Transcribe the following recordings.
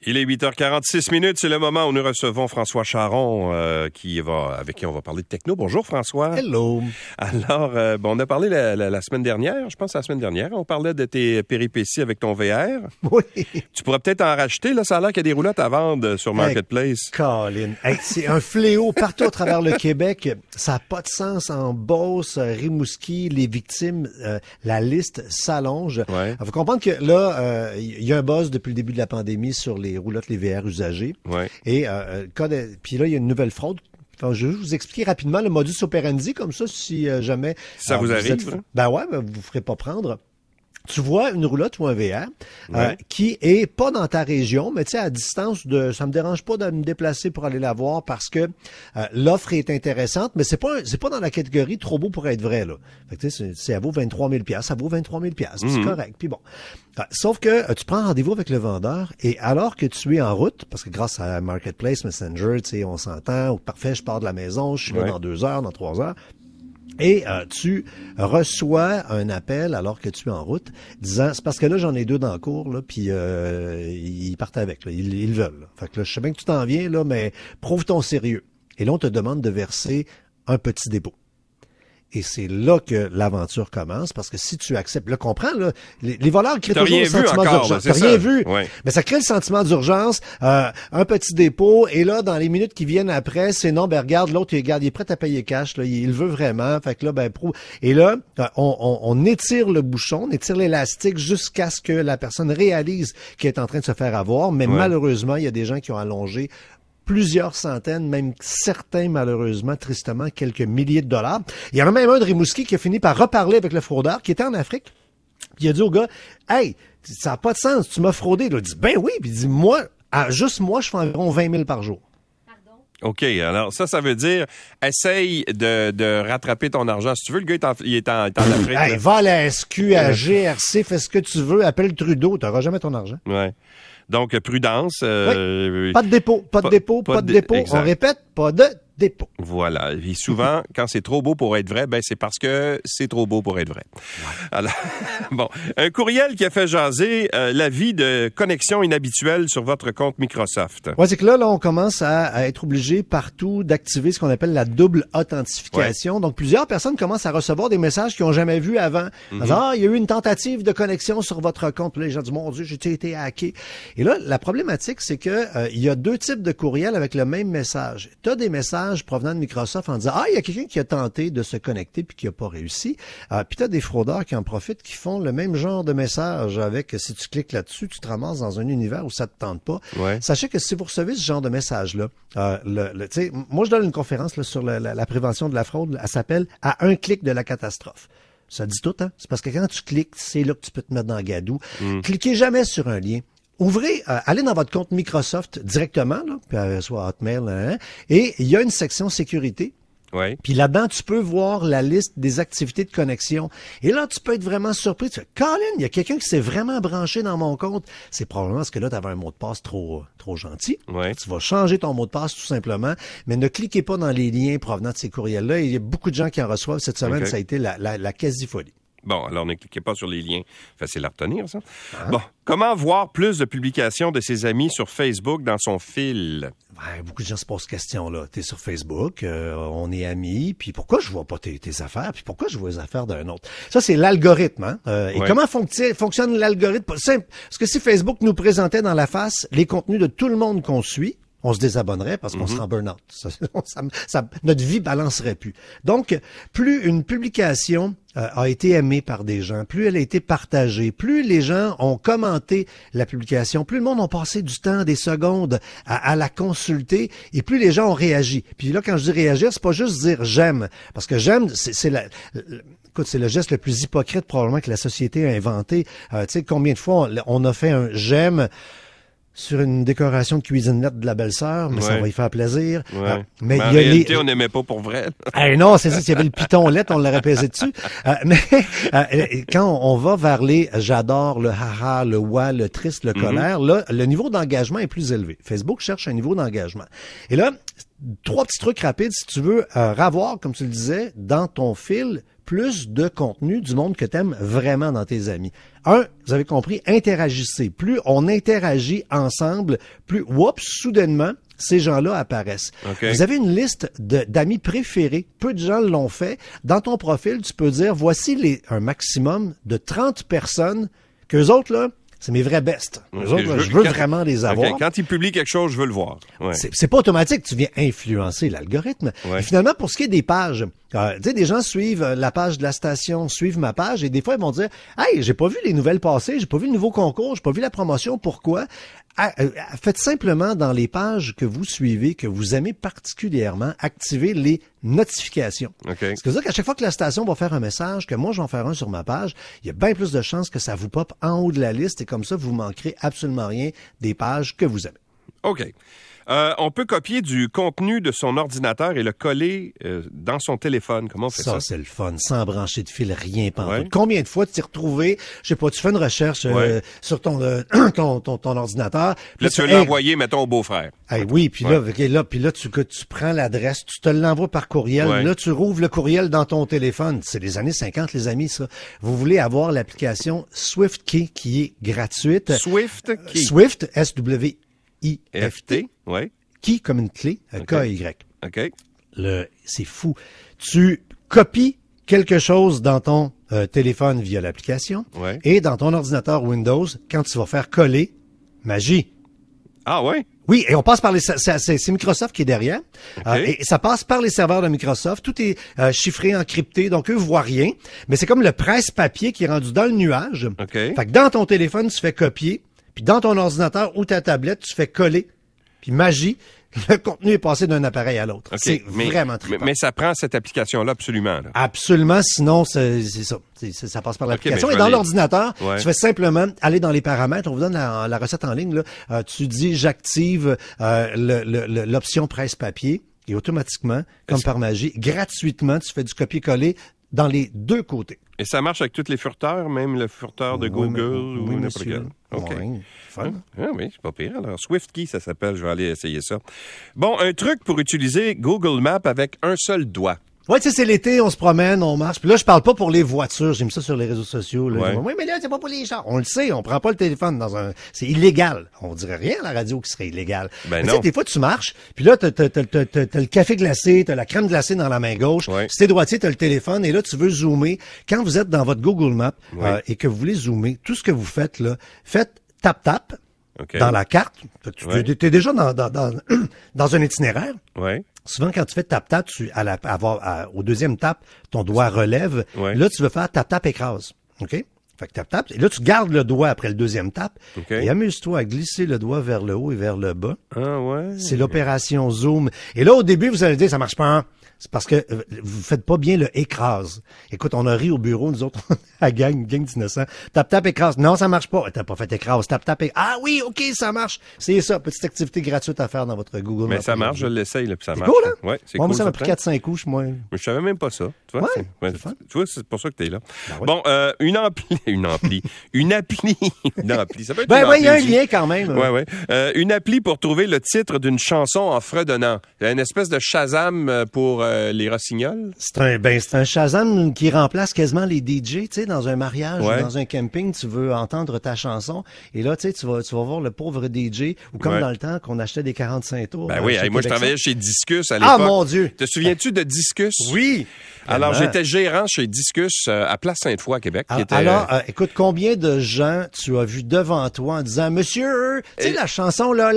Il est 8h46, c'est le moment où nous recevons François Charon, avec qui on va parler de techno. Bonjour François. Hello. Alors, on a parlé la semaine dernière, je pense la semaine dernière, on parlait de tes péripéties avec ton VR. Oui. Tu pourrais peut-être en racheter, là, ça a l'air qu'il y a des roulottes à vendre sur Marketplace. Colin, c'est un fléau partout à travers le Québec. Ça n'a pas de sens. En Beauce, Rimouski, les victimes, la liste s'allonge. Ouais. Il faut comprendre que là, il y a un buzz depuis le début de la pandémie sur les roulottes, les VR usagés. Ouais. Et puis là, il y a une nouvelle fraude. Enfin, je vais vous expliquer rapidement le modus operandi, comme ça, si jamais... Ça vous arrive? Ben ouais, vous ne ferez pas prendre. Tu vois une roulotte ou un VR Ouais. qui est pas dans ta région, mais tu sais, à distance ça me dérange pas de me déplacer pour aller la voir parce que l'offre est intéressante, mais c'est pas dans la catégorie trop beau pour être vrai, là. Fait que tu sais, ça vaut 23 000 $, ça vaut 23 000 $, c'est correct, puis bon. Sauf que tu prends rendez-vous avec le vendeur et alors que tu es en route, parce que grâce à Marketplace, Messenger, tu sais, on s'entend, parfait, je pars de la maison, je suis là dans 2 heures, dans 3 heures. Et tu reçois un appel alors que tu es en route disant, c'est parce que là j'en ai 2 dans le cours là, puis ils partent avec, là, ils veulent. Là. Fait que là, je sais bien que tu t'en viens là, mais prouve ton sérieux. Et là on te demande de verser un petit dépôt. Et c'est là que l'aventure commence, parce que si tu acceptes, là, comprends, là, les voleurs créent toujours le sentiment d'urgence. T'as rien vu. Ouais. Mais ça crée le sentiment d'urgence, un petit dépôt, et là, dans les minutes qui viennent après, c'est non, ben regarde, l'autre, il est prêt à payer cash, là, il veut vraiment, fait que là, ben, et là, on étire le bouchon, on étire l'élastique jusqu'à ce que la personne réalise qu'elle est en train de se faire avoir, mais malheureusement, il y a des gens qui ont allongé plusieurs centaines, même certains, malheureusement, tristement, quelques milliers de $. Il y en a même un de Rimouski qui a fini par reparler avec le fraudeur, qui était en Afrique. Puis il a dit au gars, « Hey, ça n'a pas de sens, tu m'as fraudé. » Il a dit, « Ben oui. » Puis il dit, juste moi, je fais environ 20 000 par jour. OK, alors ça veut dire, essaye de rattraper ton argent. Si tu veux, le gars, il est en Afrique. Hey, va à la SQ, à GRC, fais ce que tu veux, appelle Trudeau, tu n'auras jamais ton argent. Ouais. Donc, prudence. Oui. Pas de dépôt. Exact. On répète, pas de dépôt. Voilà. Et souvent, quand c'est trop beau pour être vrai, ben c'est parce que c'est trop beau pour être vrai. Ouais. Alors, bon, un courriel qui a fait jaser l'avis de connexion inhabituelle sur votre compte Microsoft. Ouais, c'est que là, on commence à être obligé partout d'activer ce qu'on appelle la double authentification. Ouais. Donc, plusieurs personnes commencent à recevoir des messages qu'ils n'ont jamais vus avant. Il y a eu une tentative de connexion sur votre compte. Puis là, les gens disent, mon Dieu, j'ai été hacké. Et là, la problématique, c'est que il y a 2 types de courriels avec le même message. Tu as des messages provenant de Microsoft en disant, il y a quelqu'un qui a tenté de se connecter puis qui n'a pas réussi. Puis tu as des fraudeurs qui en profitent, qui font le même genre de message avec, si tu cliques là-dessus, tu te ramasses dans un univers où ça te tente pas. Ouais. Sachez que si vous recevez ce genre de message-là, moi je donne une conférence là, sur la prévention de la fraude, elle s'appelle « À un clic de la catastrophe ». Ça dit tout, hein? C'est parce que quand tu cliques, c'est là que tu peux te mettre dans le gadou. Cliquez jamais sur un lien. Ouvrez, allez dans votre compte Microsoft directement, là, puis soit Hotmail, et il y a une section sécurité. Ouais. Puis là-dedans, tu peux voir la liste des activités de connexion. Et là, tu peux être vraiment surpris. Tu fais, Colin, il y a quelqu'un qui s'est vraiment branché dans mon compte. C'est probablement parce que là, tu avais un mot de passe trop gentil. Ouais. Tu vas changer ton mot de passe tout simplement. Mais ne cliquez pas dans les liens provenant de ces courriels-là. Il y a beaucoup de gens qui en reçoivent. Cette semaine, ça a été la quasi-folie. Bon, alors ne cliquez pas sur les liens. Facile à retenir, ça. Bon, comment voir plus de publications de ses amis sur Facebook dans son fil? Ouais, beaucoup de gens se posent cette question-là. T'es sur Facebook, on est amis, puis pourquoi je vois pas tes affaires, puis pourquoi je vois les affaires d'un autre? Ça, c'est l'algorithme, hein? Et comment fonctionne l'algorithme? Simple. Parce que si Facebook nous présentait dans la face les contenus de tout le monde qu'on suit, on se désabonnerait parce qu'on serait en burn-out. Notre vie balancerait plus. Donc, plus une publication a été aimée par des gens, plus elle a été partagée, plus les gens ont commenté la publication, plus le monde a passé du temps, des secondes à la consulter, et plus les gens ont réagi. Puis là, quand je dis réagir, c'est pas juste dire j'aime, parce que j'aime, écoute, c'est le geste le plus hypocrite probablement que la société a inventé. Tu sais, combien de fois on a fait un j'aime sur une décoration de cuisinette de la belle-sœur, mais ça va y faire plaisir. Ouais. Mais en réalité, on n'aimait pas pour vrai. Non, c'est ça, s'il y avait le piton lettre, on l'aurait pesé dessus. Mais quand on va vers les j'adore, le haha, le wa, le triste, le colère, là, le niveau d'engagement est plus élevé. Facebook cherche un niveau d'engagement. Et là, 3 petits trucs rapides si tu veux ravoir, comme tu le disais, dans ton fil, plus de contenu du monde que tu aimes vraiment dans tes amis. Vous avez compris, interagissez. Plus on interagit ensemble, plus, soudainement, ces gens-là apparaissent. Okay. Vous avez une liste d'amis préférés. Peu de gens l'ont fait. Dans ton profil, tu peux dire, voici un maximum de 30 personnes qu'eux autres, là, c'est mes vrais bestes. Eux autres, là, je veux vraiment les avoir. Okay. Quand ils publient quelque chose, je veux le voir. Ouais. C'est pas automatique, tu viens influencer l'algorithme. Ouais. Et finalement, pour ce qui est des pages, tu sais, des gens suivent la page de la station, suivent ma page, et des fois, ils vont dire « Hey, j'ai pas vu les nouvelles passer, j'ai pas vu le nouveau concours, j'ai pas vu la promotion, pourquoi? » Faites simplement dans les pages que vous suivez, que vous aimez particulièrement, activer les notifications. Okay. Ce qui veut dire qu'à chaque fois que la station va faire un message, que moi je vais en faire un sur ma page, il y a bien plus de chances que ça vous pop en haut de la liste et comme ça, vous manquerez absolument rien des pages que vous aimez. OK. On peut copier du contenu de son ordinateur et le coller dans son téléphone. Comment on fait ça? Ça, c'est le fun, sans brancher de fil, rien pantoute. Ouais. Combien de fois tu t'es retrouvé, je sais pas, tu fais une recherche sur ton ordinateur. Là, tu veux l'envoyer, mettons, au beau-frère. Oui, puis là, tu prends l'adresse, tu te l'envoies par courriel. Ouais. Là, tu rouvres le courriel dans ton téléphone. C'est les années 50, les amis, ça. Vous voulez avoir l'application SwiftKey qui est gratuite. SwiftKey. Swift, S-W-I-F-T. Oui. Key comme une clé, K-Y. OK. C'est fou. Tu copies quelque chose dans ton téléphone via l'application et dans ton ordinateur Windows, quand tu vas faire coller, magie. Ah ouais? Oui, et on passe par c'est Microsoft qui est derrière. Okay. Et ça passe par les serveurs de Microsoft. Tout est chiffré, encrypté, donc eux voient rien. Mais c'est comme le presse-papier qui est rendu dans le nuage. Okay. Fait que dans ton téléphone, tu fais copier, puis dans ton ordinateur ou ta tablette, tu fais coller. Puis magie, le contenu est passé d'un appareil à l'autre. Okay. C'est vraiment trippant. Mais ça prend cette application-là absolument. Là. Absolument, sinon c'est ça. Ça passe par l'application. Okay, et dans l'ordinateur, tu fais simplement aller dans les paramètres. On vous donne la recette en ligne. Là. Tu dis j'active l'option presse-papier et automatiquement, comme par magie, gratuitement, tu fais du copier-coller dans les deux côtés. Et ça marche avec tous les furteurs, même le furteur de Google ou n'importe quel. OK. Ouais, fun. Ah oui, c'est pas pire. Alors, SwiftKey, ça s'appelle. Je vais aller essayer ça. Bon, un truc pour utiliser Google Maps avec un seul doigt. Ouais, tu sais, c'est l'été, on se promène, on marche. Puis là, je parle pas pour les voitures. J'ai mis ça sur les réseaux sociaux. Là. Ouais. Oui, mais là, c'est pas pour les chars. On le sait, on prend pas le téléphone c'est illégal. On dirait rien à la radio qui serait illégal. Ben mais non. Des fois, tu marches, puis là, t'as le café glacé, t'as la crème glacée dans la main gauche. Ouais. Si t'es droitier, t'as le téléphone, et là, tu veux zoomer. Quand vous êtes dans votre Google Maps et que vous voulez zoomer, tout ce que vous faites là, faites tap-tap. Okay. Dans la carte. T'es déjà dans un itinéraire. Ouais. Souvent, quand tu fais tap-tap, au deuxième tap, ton doigt relève. Ouais. Là, tu veux faire tap-tap écrase. OK? Fait que tap-tap. Et là, tu gardes le doigt après le deuxième tap. Okay. Et amuse-toi à glisser le doigt vers le haut et vers le bas. Ah ouais? C'est l'opération zoom. Et là, au début, vous allez dire, ça marche pas, hein? C'est parce que vous faites pas bien le écrase. Écoute, on a ri au bureau, nous autres, à gang d'innocents. Tap-tap écrase. Non, ça marche pas. T'as pas fait écrase. Tap-tap écrase. Ah oui, OK, ça marche. C'est ça. Petite activité gratuite à faire dans votre Google Maps. Mais ça marche, je l'essaye, là, puis ça marche. C'est cool, hein? Ouais, c'est bon, cool. Moi, ça m'a pris 4-5 couches, moi. Mais je savais même pas ça. Tu vois, c'est fun. Tu vois, c'est pour ça que t'es là. Ben oui. Bon, une appli. Une appli. Ça peut être il y a un lien quand même. Ouais. Une appli pour trouver le titre d'une chanson en fredonnant. Une espèce de Shazam pour les rossignols. C'est un Shazam qui remplace quasiment les DJ, tu sais, dans un mariage, Ouais. ou dans un camping, tu veux entendre ta chanson, et là, tu sais, tu vas voir le pauvre DJ, ou comme dans le temps qu'on achetait des 45 tours. Ben oui, chez moi je Québec travaillais chez Discus à l'époque. Ah, mon Dieu! Te souviens-tu de Discus? Oui! Alors, Vraiment. j'étais gérant chez Discus à Place Sainte-Foy, à Québec. Écoute, combien de gens tu as vu devant toi en disant, monsieur, tu sais, la chanson, là,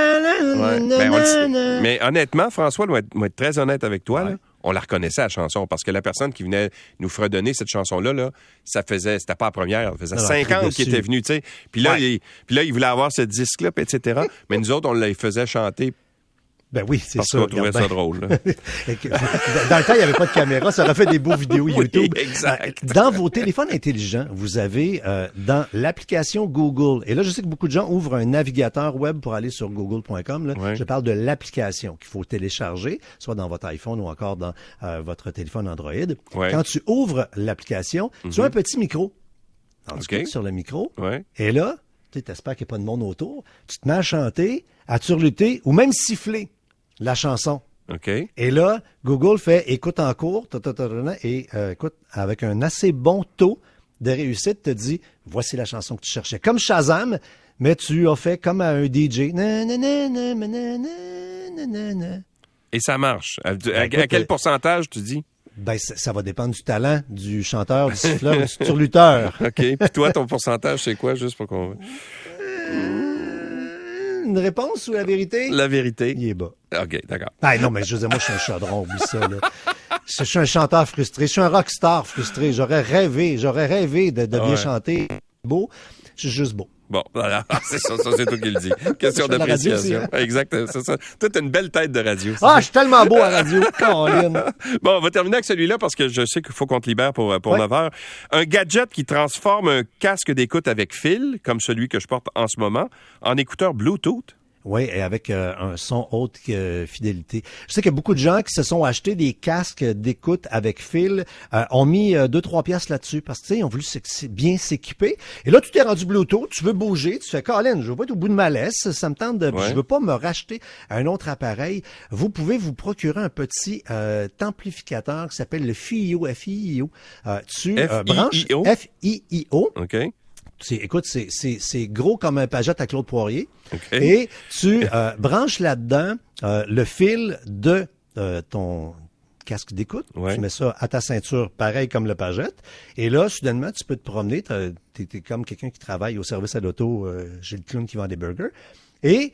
Mais honnêtement, François, doit être très honnête avec toi, là. On la reconnaissait, la chanson, parce que la personne qui venait nous fredonner cette chanson-là, là, c'était pas la première, ça faisait 50 qui étaient venus, tu sais. Puis là, il voulait avoir ce disque-là, etc. Mais nous autres, on les faisait chanter. Ben oui, c'est parce ça. qu'on trouvait ça drôle. Là. Dans le temps, il n'y avait pas de caméra, ça aurait fait des beaux vidéos YouTube. Oui, exact. Dans vos téléphones intelligents, vous avez dans l'application Google, et là, je sais que beaucoup de gens ouvrent un navigateur web pour aller sur google.com. Ouais. Je parle de l'application qu'il faut télécharger, soit dans votre iPhone ou encore dans votre téléphone Android. Ouais. Quand tu ouvres l'application, tu as un petit micro. Alors, tu cliques sur le micro, et là, tu espères qu'il n'y a pas de monde autour, tu te mets à chanter, à turluter ou même siffler la chanson OK. Et là, Google fait écoute en cours, et écoute, avec un assez bon taux de réussite, te dit voici la chanson que tu cherchais. Comme Shazam, mais tu as fait comme à un DJ. Et ça marche. À écoute, quel pourcentage, tu dis? Ben, ça va dépendre du talent du chanteur, du siffleur, du turluteur. OK. Puis toi, ton pourcentage, c'est quoi, juste pour qu'on... Une réponse ou la vérité? La vérité. Il est bas. OK, d'accord. Ah non, mais je veux dire, moi, je suis un chaudron, oublie ça, là. Je suis un chanteur frustré. Je suis un rockstar frustré. J'aurais rêvé de bien chanter. Beau. Je suis juste beau. Bon, voilà, c'est ça c'est toi qui le dis. Question Je fais de la radio d'appréciation. aussi, hein? Exact, c'est ça. Toi, t'as une belle tête de radio. Ah, je suis tellement beau à la radio, Caroline. Bon, on va terminer avec celui-là parce que je sais qu'il faut qu'on te libère pour 9 heures. Un gadget qui transforme un casque d'écoute avec fil, comme celui que je porte en ce moment, en écouteur Bluetooth. Oui, et avec un son haute fidélité. Je sais qu'il y a beaucoup de gens qui se sont achetés des casques d'écoute avec fil, ont mis 2-3 piastres là-dessus parce que, tu sais, ils ont voulu bien s'équiper. Et là, tu t'es rendu Bluetooth, tu veux bouger, tu fais, Colin, je veux pas être au bout de ma laisse, ça me tente de, je veux pas me racheter un autre appareil. Vous pouvez vous procurer un petit amplificateur qui s'appelle le FiiO, F-I-I-O. Tu branches F-I-I-O. OK. Écoute, c'est gros comme un pagette à Claude Poirier. Okay. Et tu branches là-dedans le fil de ton casque d'écoute. Ouais. Tu mets ça à ta ceinture, pareil comme le pagette. Et là, soudainement, tu peux te promener. T'es comme quelqu'un qui travaille au service à l'auto chez le clown qui vend des burgers. Et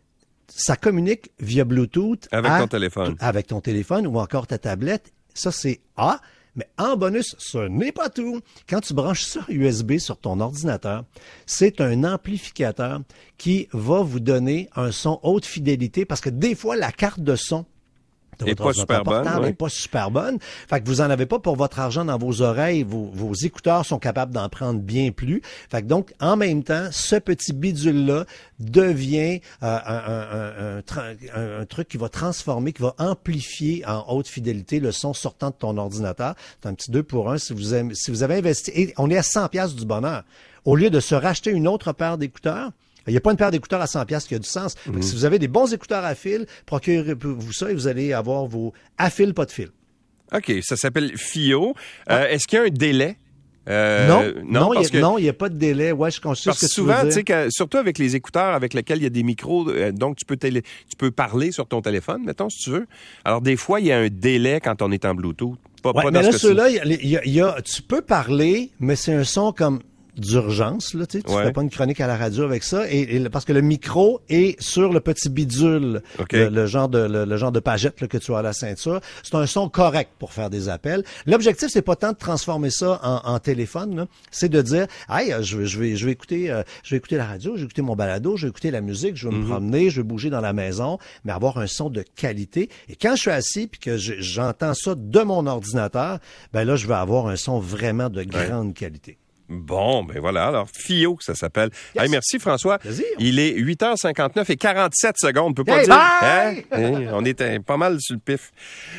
ça communique via Bluetooth avec ton téléphone. Avec ton téléphone ou encore ta tablette. Ça, c'est A. Mais en bonus, ce n'est pas tout. Quand tu branches ça USB sur ton ordinateur, c'est un amplificateur qui va vous donner un son haute fidélité parce que des fois, la carte de son de votre ordinateur portable n'est pas super bonne. Fait que vous en avez pas pour votre argent dans vos oreilles. Vos écouteurs sont capables d'en prendre bien plus. Fait que donc, en même temps, ce petit bidule-là devient un truc qui va transformer, qui va amplifier en haute fidélité le son sortant de ton ordinateur. C'est un petit 2 pour 1 si vous avez investi. Et on est à 100 piastres du bonheur. Au lieu de se racheter une autre paire d'écouteurs, il n'y a pas une paire d'écouteurs à 100 piastres qui a du sens. Si vous avez des bons écouteurs à fil, procurez-vous ça et vous allez avoir vos à fil, pas de fil. OK, ça s'appelle FiiO. Est-ce qu'il y a un délai? Non, il n'y a pas de délai. Ouais, je constate ce que souvent, tu veux dire. surtout avec les écouteurs avec lesquels il y a des micros, donc tu peux parler sur ton téléphone, mettons, si tu veux. Alors, des fois, il y a un délai quand on est en Bluetooth. Pas mais là, ceux-là, tu peux parler, mais c'est un son comme d'urgence, là, tu fais pas une chronique à la radio avec ça, et parce que le micro est sur le petit bidule, le genre de pagette là, que tu as à la ceinture. C'est un son correct pour faire des appels. L'objectif, c'est pas tant de transformer ça en téléphone, là, c'est de dire, hey, je vais écouter la radio, je vais écouter mon balado, je vais écouter la musique, je vais me promener, je vais bouger dans la maison, mais avoir un son de qualité. Et quand je suis assis puis que j'entends ça de mon ordinateur, ben là, je vais avoir un son vraiment de grande qualité. Bon, ben voilà. Alors, FiiO, ça s'appelle. Yes. Hey, merci, François. Plaisir. Il est 8h59 et 47 secondes. On peut pas hey, dire. bye! Hein? On est pas mal sur le pif.